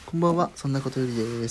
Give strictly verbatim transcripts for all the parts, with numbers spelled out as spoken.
こんばんは、そんなことよりです。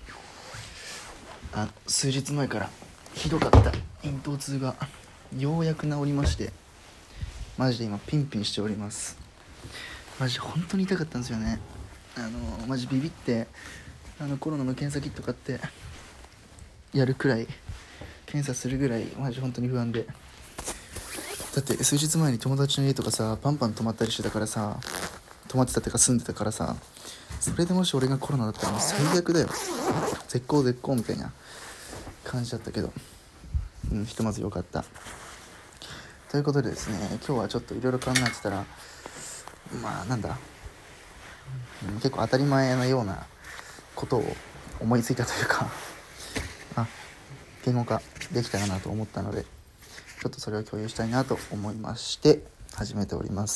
あ数日前からひどかった咽頭痛がようやく治りまして、マジで今ピンピンしております。マジで本当に痛かったんですよね。あのマジビビってあのコロナの検査キット買ってやるくらい、検査するぐらいマジ本当に不安で、だって数日前に友達の家とかさパンパン泊まったりしてたからさ、泊まってたってか住んでたからさ、それでもし俺がコロナだったらもう最悪だよ、絶好絶好みたいな感じだったけど、うん、ひとまず良かった。ということでですね、今日はちょっといろいろ考えてたら、まあなんだ、うん、結構当たり前のようなことを思いついたというかあ言語化できたらなと思ったので、ちょっとそれを共有したいなと思いまして始めております。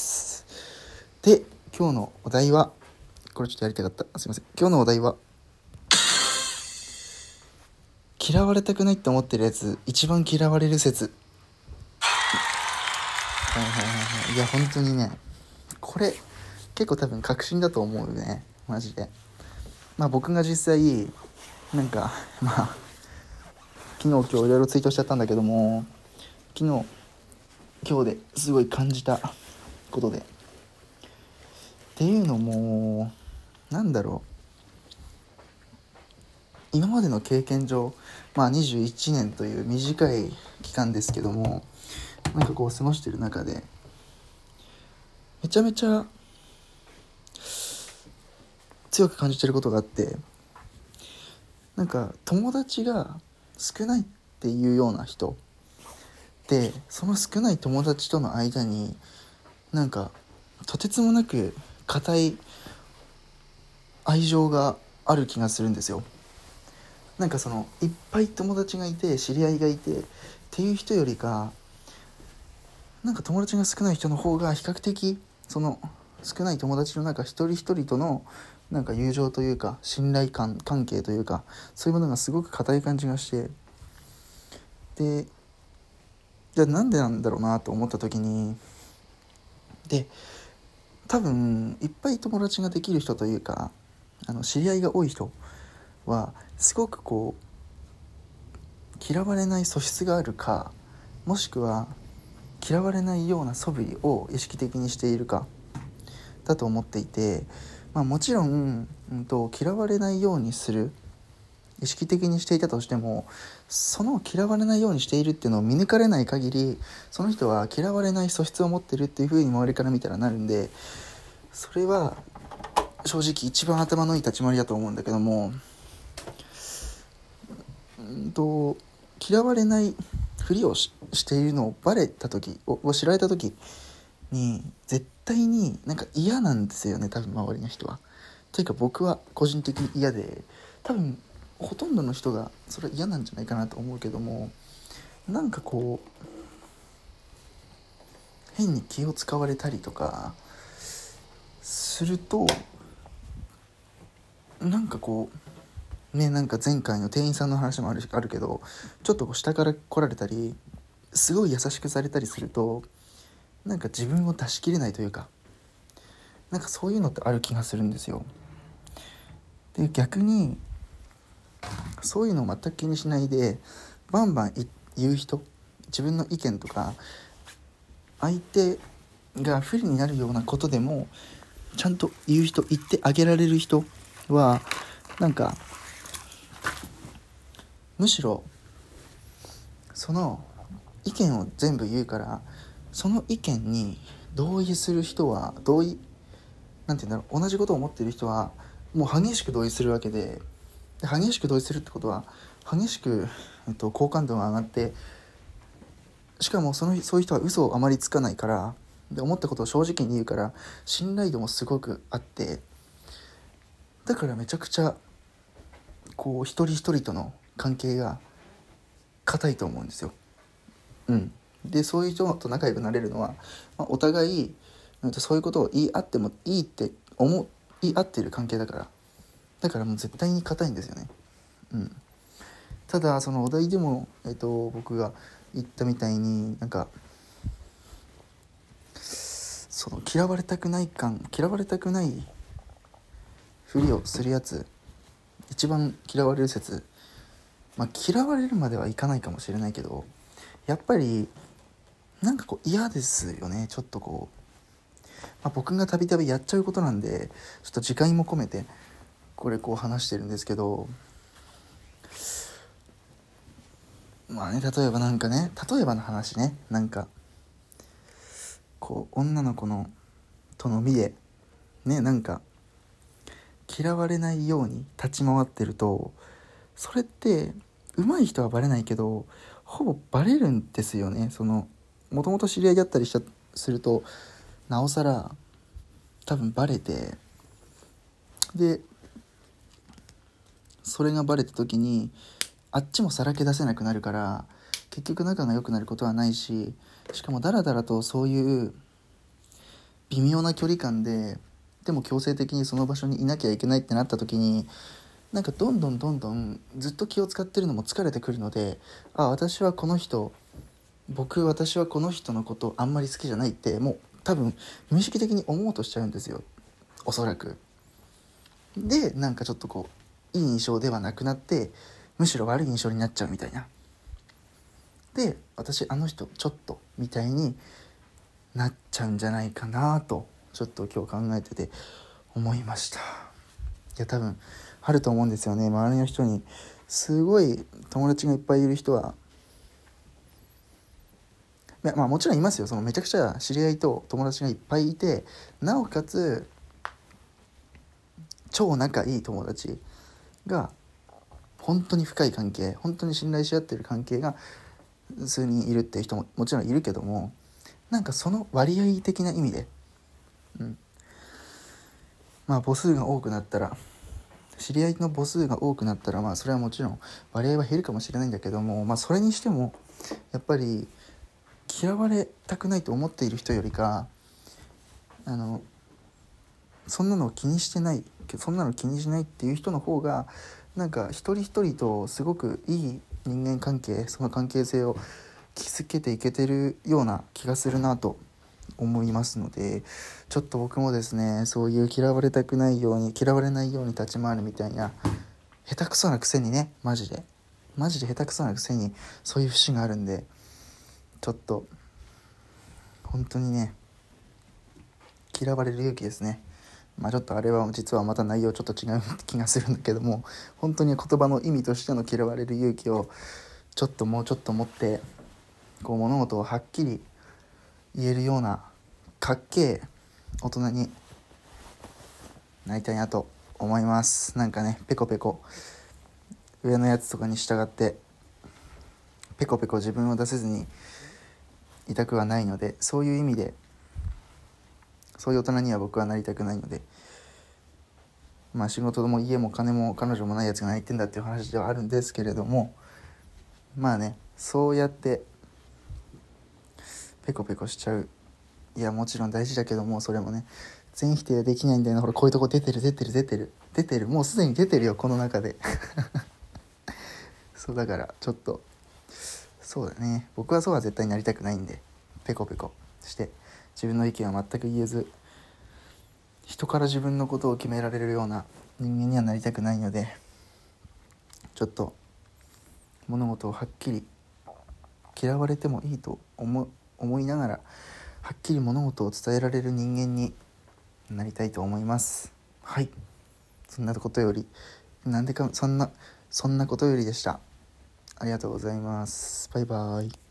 で、今日のお題はこれちょっとやりたかった、すいません。今日のお題は、嫌われたくないって思ってるやつ一番嫌われる説。はいはいはいはい。いや本当にね、これ結構多分確信だと思うね、マジで。まあ僕が実際なんかまあ昨日今日いろいろツイートしちゃったんだけども、昨日今日ですごい感じたことで、っていうのもなんだろう、今までの経験上、まあにじゅういちねんという短い期間ですけども、なんかこう過ごしてる中でめちゃめちゃ強く感じてることがあって、なんか友達が少ないっていうような人で、その少ない友達との間になんかとてつもなく固い愛情がある気がするんですよ。なんかそのいっぱい友達がいて知り合いがいてっていう人よりか、なんか友達が少ない人の方が比較的その少ない友達の中一人一人とのなんか友情というか信頼感関係というか、そういうものがすごく固い感じがして、でじゃあなんでなんだろうなと思った時に、で多分いっぱい友達ができる人というか、あの知り合いが多い人はすごくこう嫌われない素質があるか、もしくは嫌われないような素振りを意識的にしているかだと思っていて、まあ、もちろん、うん、と嫌われないようにする意識的にしていたとしても、その嫌われないようにしているっていうのを見抜かれない限り、その人は嫌われない素質を持ってるっていう風に周りから見たらなるんで、それは正直一番頭のいい立ち回りだと思うんだけども、うんと嫌われないふりを し, しているのをバレた時をを知られた時に絶対になんか嫌なんですよね、多分周りの人は。というか僕は個人的に嫌で、多分ほとんどの人がそれ嫌なんじゃないかなと思うけども、なんかこう変に気を使われたりとかすると、なんかこうね、なんか前回の店員さんの話もあるあるけど、ちょっとこう下から来られたりすごい優しくされたりすると、なんか自分を出し切れないというか、なんかそういうのってある気がするんですよ。で逆にそういうのを全く気にしないでバンバン言う人、自分の意見とか相手が不利になるようなことでもちゃんと言う人、言ってあげられる人はなんかむしろその意見を全部言うから、その意見に同意する人は同意なんて言うんだろう、同じことを思っている人はもう激しく同意するわけで、で激しく同意するってことは激しく、えっと、好感度が上がって、しかもそのそういう人は嘘をあまりつかないから、で思ったことを正直に言うから信頼度もすごくあって、だからめちゃくちゃこう一人一人との関係が固いと思うんですよ。うんでそういう人と仲良くなれるのは、まあ、お互いそういうことを言い合ってもいいって思う言い合ってる関係だから、だからもう絶対に固いんですよね。うんただそのお題でも、えっと、僕が言ったみたいに、なんかその嫌われたくない感嫌われたくないふりをするやつ一番嫌われる説、まあ嫌われるまではいかないかもしれないけど、やっぱりなんかこう嫌ですよね。ちょっとこう、まあ、僕がたびたびやっちゃうことなんでちょっと時間も込めてこれこう話してるんですけど、まあね、例えばなんかね例えばの話ね、なんかこう女の子のと飲みでね、なんか嫌われないように立ち回ってると、それって上手い人はバレないけどほぼバレるんですよね。そのもともと知り合いだったりしたするとなおさら多分バレて、でそれがバレた時にあっちもさらけ出せなくなるから、結局仲が良くなることはないし、しかもダラダラとそういう微妙な距離感ででも強制的にその場所にいなきゃいけないってなった時に、なんかどんどんどんどんずっと気を使ってるのも疲れてくるので、あ、私はこの人僕私はこの人のことあんまり好きじゃないってもう多分無意識的に思おうとしちゃうんですよ、おそらく。でなんかちょっとこういい印象ではなくなってむしろ悪い印象になっちゃうみたいな。で私あの人ちょっとみたいになっちゃうんじゃないかなとちょっと今日考えてて思いました。いや多分あると思うんですよね。周りの人にすごい友達がいっぱいいる人は、いやまあもちろんいますよ。そのめちゃくちゃ知り合いと友達がいっぱいいて、なおかつ超仲いい友達が本当に深い関係、本当に信頼し合ってる関係が数人いるっていう人ももちろんいるけども、なんかその割合的な意味で、うん、まあ母数が多くなったら知り合いの母数が多くなったらまあそれはもちろん割合は減るかもしれないんだけども、まあそれにしてもやっぱり嫌われたくないと思っている人よりか、あのそんなの気にしてないそんなの気にしないっていう人の方がなんか一人一人とすごくいい人間関係、その関係性を築けていけてるような気がするなと思いますので、ちょっと僕もですねそういう嫌われたくないように嫌われないように立ち回るみたいな下手くそなくせにねマジでマジで下手くそなくせにそういう節があるんで、ちょっと本当にね嫌われる勇気ですね。まあちょっとあれは実はまた内容ちょっと違う気がするんだけども、本当に言葉の意味としての嫌われる勇気をちょっともうちょっと持ってこう物事をはっきり言えるようなかっけえ大人になりたいなと思います。なんかねペコペコ上のやつとかに従ってペコペコ自分を出せずにいたくはないので、そういう意味でそういう大人には僕はなりたくないので、まあ仕事も家も金も彼女もないやつが何言ってんだっていう話ではあるんですけれども、まあねそうやってペコペコしちゃう、いやもちろん大事だけども、それもね全否定できないんだよな。ほらこういうとこ出てる出てる出てる出てるもうすでに出てるよこの中でそうだからちょっとそうだね、僕はそうは絶対になりたくないんで、ペコペコして自分の意見は全く言えず人から自分のことを決められるような人間にはなりたくないので、ちょっと物事をはっきり嫌われてもいいと 思, 思いながらはっきり物事を伝えられる人間になりたいと思います。はい、そんなことよりなんでかそんなそんなことよりでした。ありがとうございます。バイバイ。